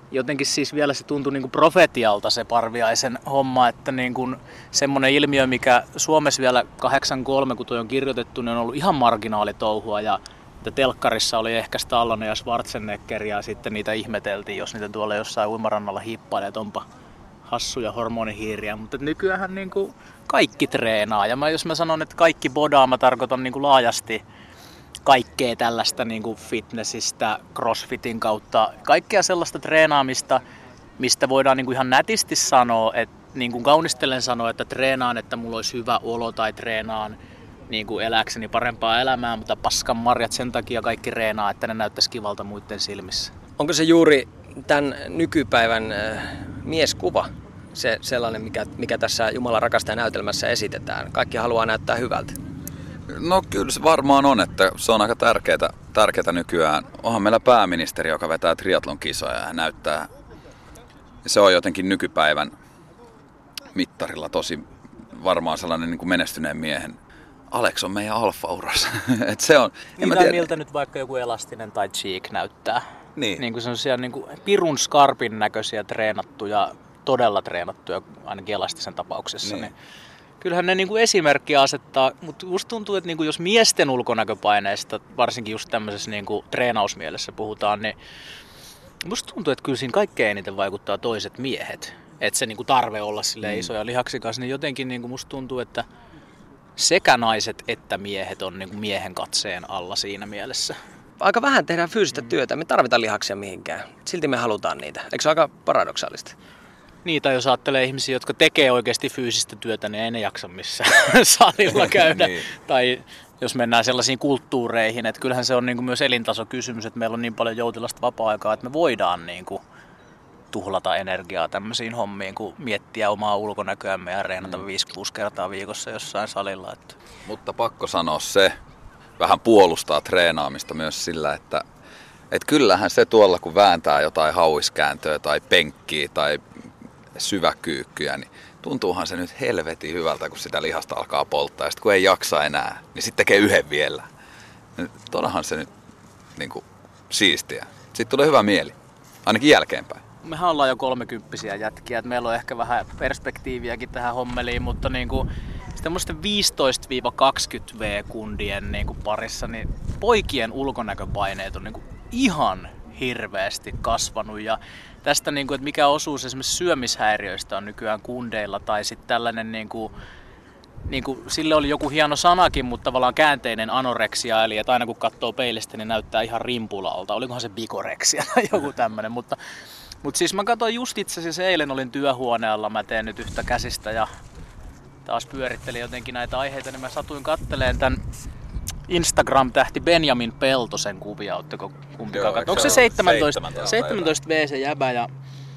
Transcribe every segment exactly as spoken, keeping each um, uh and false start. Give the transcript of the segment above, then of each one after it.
jotenkin siis vielä se tuntui niin kuin profetialta se Parviaisen homma, että niin kuin semmoinen ilmiö, mikä Suomessa vielä kahdeksankymmentäkolme, kun toi on kirjoitettu, niin on ollut ihan marginaalitouhua ja että telkkarissa oli ehkä Stallone ja Schwarzenegger ja sitten niitä ihmeteltiin, jos niitä tuolla jossain uimarannalla hiippailee, että onpa hassuja hormonihiiriä, mutta nykyään niin kuin kaikki treenaa ja mä, jos mä sanon, että kaikki bodaa, mä tarkoitan niin kuin laajasti kaikkea tällaista niin kuin fitnessistä, crossfitin kautta, kaikkea sellaista treenaamista, mistä voidaan niin kuin ihan nätisti sanoa, että niin kuin kaunistellen sanoa, että treenaan, että mulla olisi hyvä olo tai treenaan niin kuin eläkseni parempaa elämää, mutta paskan marjat sen takia kaikki treenaa, että ne näyttäisi kivalta muiden silmissä. Onko se juuri tämän nykypäivän äh, mieskuva, se sellainen, mikä, mikä tässä Jumalan rakastaja näytelmässä esitetään? Kaikki haluaa näyttää hyvältä. No kyllä se varmaan on, että se on aika tärkeää, tärkeää nykyään. Onhan meillä pääministeri, joka vetää triathlon kisoja ja näyttää. Se on jotenkin nykypäivän mittarilla tosi varmaan sellainen niin kuin menestyneen miehen. Alex on meidän alfa-urassa. Et se on. Niin, tai miltä nyt vaikka joku elastinen tai cheek näyttää. Niin. Niin kuin sellaisia niin kuin pirun skarpin näköisiä treenattuja, todella treenattuja, ainakin elastisen tapauksessa. Niin. Niin kyllähän ne niin kuin esimerkkiä asettaa, mutta musta tuntuu, että niin kuin jos miesten ulkonäköpaineista, varsinkin just tämmöisessä niin kuin treenausmielessä puhutaan, niin musta tuntuu, että kyllä siinä kaikkein eniten vaikuttaa toiset miehet. Että se niin kuin tarve olla silleen mm. iso ja lihaksikas, niin jotenkin niin kuin musta tuntuu, että sekä naiset että miehet on niin kuin miehen katseen alla siinä mielessä. Aika vähän tehdään fyysistä mm. työtä, me tarvitaan lihaksia mihinkään. Silti me halutaan niitä. Eikö se ole aika paradoksaalista? Niin, tai jos ajattelee ihmisiä, jotka tekee oikeasti fyysistä työtä, niin ei ne jaksa missään salilla käydä. Niin. Tai jos mennään sellaisiin kulttuureihin, että kyllähän se on niin kuin myös elintasokysymys, että meillä on niin paljon joutilasta vapaa-aikaa, että me voidaan niin kuin tuhlata energiaa tämmöisiin hommiin, kuin miettiä omaa ulkonäköämme ja reenata mm. viisi kuusi kertaa viikossa jossain salilla. Että. Mutta pakko sanoa se, vähän puolustaa treenaamista myös sillä, että et kyllähän se tuolla, kun vääntää jotain hauiskääntöä tai penkkiä tai syväkyykkyjä, niin tuntuuhan se nyt helvetin hyvältä, kun sitä lihasta alkaa polttaa. Ja sitten kun ei jaksa enää, niin sitten tekee yhden vielä. Todahan se nyt niin kuin, siistiä. Sitten tulee hyvä mieli, ainakin jälkeenpäin. Mehän ollaan jo kolmekymppisiä jätkiä, että meillä on ehkä vähän perspektiiviäkin tähän hommeliin, mutta niin kuin tämmöisten viisitoista kaksikymmentä vuotiaiden niin kuin parissa, niin poikien ulkonäköpaineet on niin kuin ihan hirveästi kasvanut ja tästä, niin kuin, että mikä osuus esimerkiksi syömishäiriöistä on nykyään kundeilla tai sitten tällainen, niin kuin, niin kuin, sille oli joku hieno sanakin, mutta tavallaan käänteinen anoreksia, eli että aina kun katsoo peilistä, niin näyttää ihan rimpulalta. Olikohan se bikoreksia tai joku tämmöinen, mutta, mutta siis mä katsoin just itse asiassa eilen olin työhuoneella, mä teen nyt yhtä käsistä ja taas pyörittelin jotenkin näitä aiheita, niin mä satuin katteleen tämän Instagram-tähti Benjamin Peltosen kuvia, ootteko kumpikaan katsoa? Onko se seitsemäntoista, seitsemäntoista vuotias se jäbä ja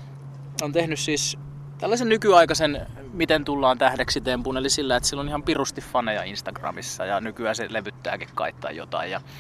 on tehnyt siis tällaisen nykyaikaisen miten tullaan tähdeksi tempun, eli sillä, että sillä on ihan pirusti faneja Instagramissa ja nykyään se levyttääkin kai tai jotain. Ja,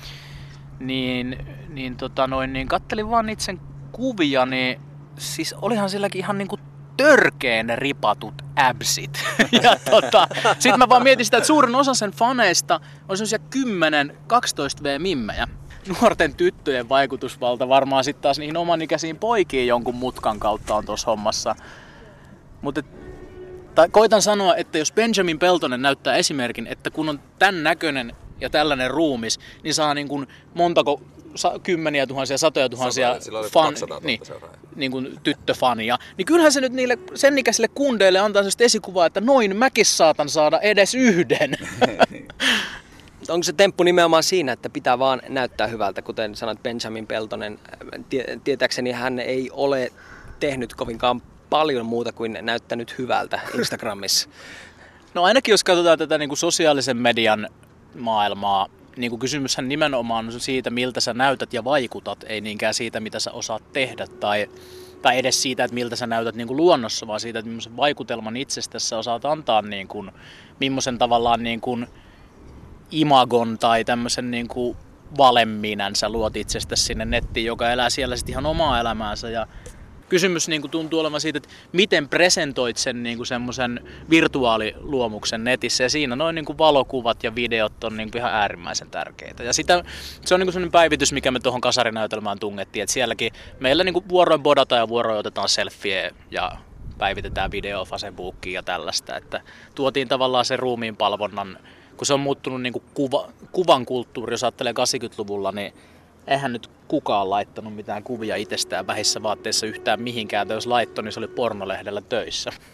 niin, niin, tota noin, niin kattelin vaan niitä sen kuvia, niin siis olihan silläkin ihan niinku törkeen ripatut absit. ja tota, sit mä vaan mietin sitä, että suurin osa sen faneista on semmosia kymmenen kaksitoista vuotiaita mimmejä. Nuorten tyttöjen vaikutusvalta varmaan sit taas niihin omanikäisiin poikiin jonkun mutkan kautta on tossa hommassa. Mutta koitan sanoa, että jos Benjamin Peltonen näyttää esimerkin, että kun on tän näköinen ja tällainen ruumis, niin saa niin kuin montako sa, kymmeniä tuhansia, satoja tuhansia fan, niin, niin kuin tyttöfania, niin kyllähän se nyt niille sen ikäisille kundeille antaa sellaista esikuvaa, että noin mäkin saatan saada edes yhden. Onko se temppu nimenomaan siinä, että pitää vaan näyttää hyvältä, kuten sanoit Benjamin Peltonen, tietääkseni hän ei ole tehnyt kovinkaan paljon muuta kuin näyttänyt hyvältä Instagramissa. No ainakin jos katsotaan tätä niin kuin sosiaalisen median maailmaa, niin kuin kysymyshän nimenomaan on siitä, miltä sä näytät ja vaikutat, ei niinkään siitä, mitä sä osaat tehdä tai, tai edes siitä, että miltä sä näytät niin kuin luonnossa, vaan siitä, että millaisen vaikutelman itsestäsi sä osaat antaa, niin kuin, millaisen tavallaan niin kuin imagon tai tämmöisen niin kuin valemminän sä luot itsestäsi sinne nettiin, joka elää siellä sitten ihan omaa elämäänsä. Ja kysymys niin kuin tuntuu olevan siitä, että miten presentoit sen niin kuin semmoisen virtuaaliluomuksen netissä. Ja siinä noin niin kuin valokuvat ja videot on niin kuin ihan äärimmäisen tärkeitä. Ja sitä, se on niin kuin sellainen päivitys, mikä me tuohon kasarinäytelmään tungettiin. Että sielläkin meillä niin kuin vuoroin bodataan ja vuoroin otetaan selfie ja päivitetään video Facebookiin ja tällaista. Että tuotiin tavallaan se ruumiin palvonnan, kun se on muuttunut niin kuin kuva, kuvan kulttuuri, jos ajattelee kahdeksankymmentäluvulla, niin eihän nyt kukaan laittanut mitään kuvia itsestään vähissä vaatteissa yhtään mihinkään. Tai jos laittoi, niin se oli pornolehdellä töissä.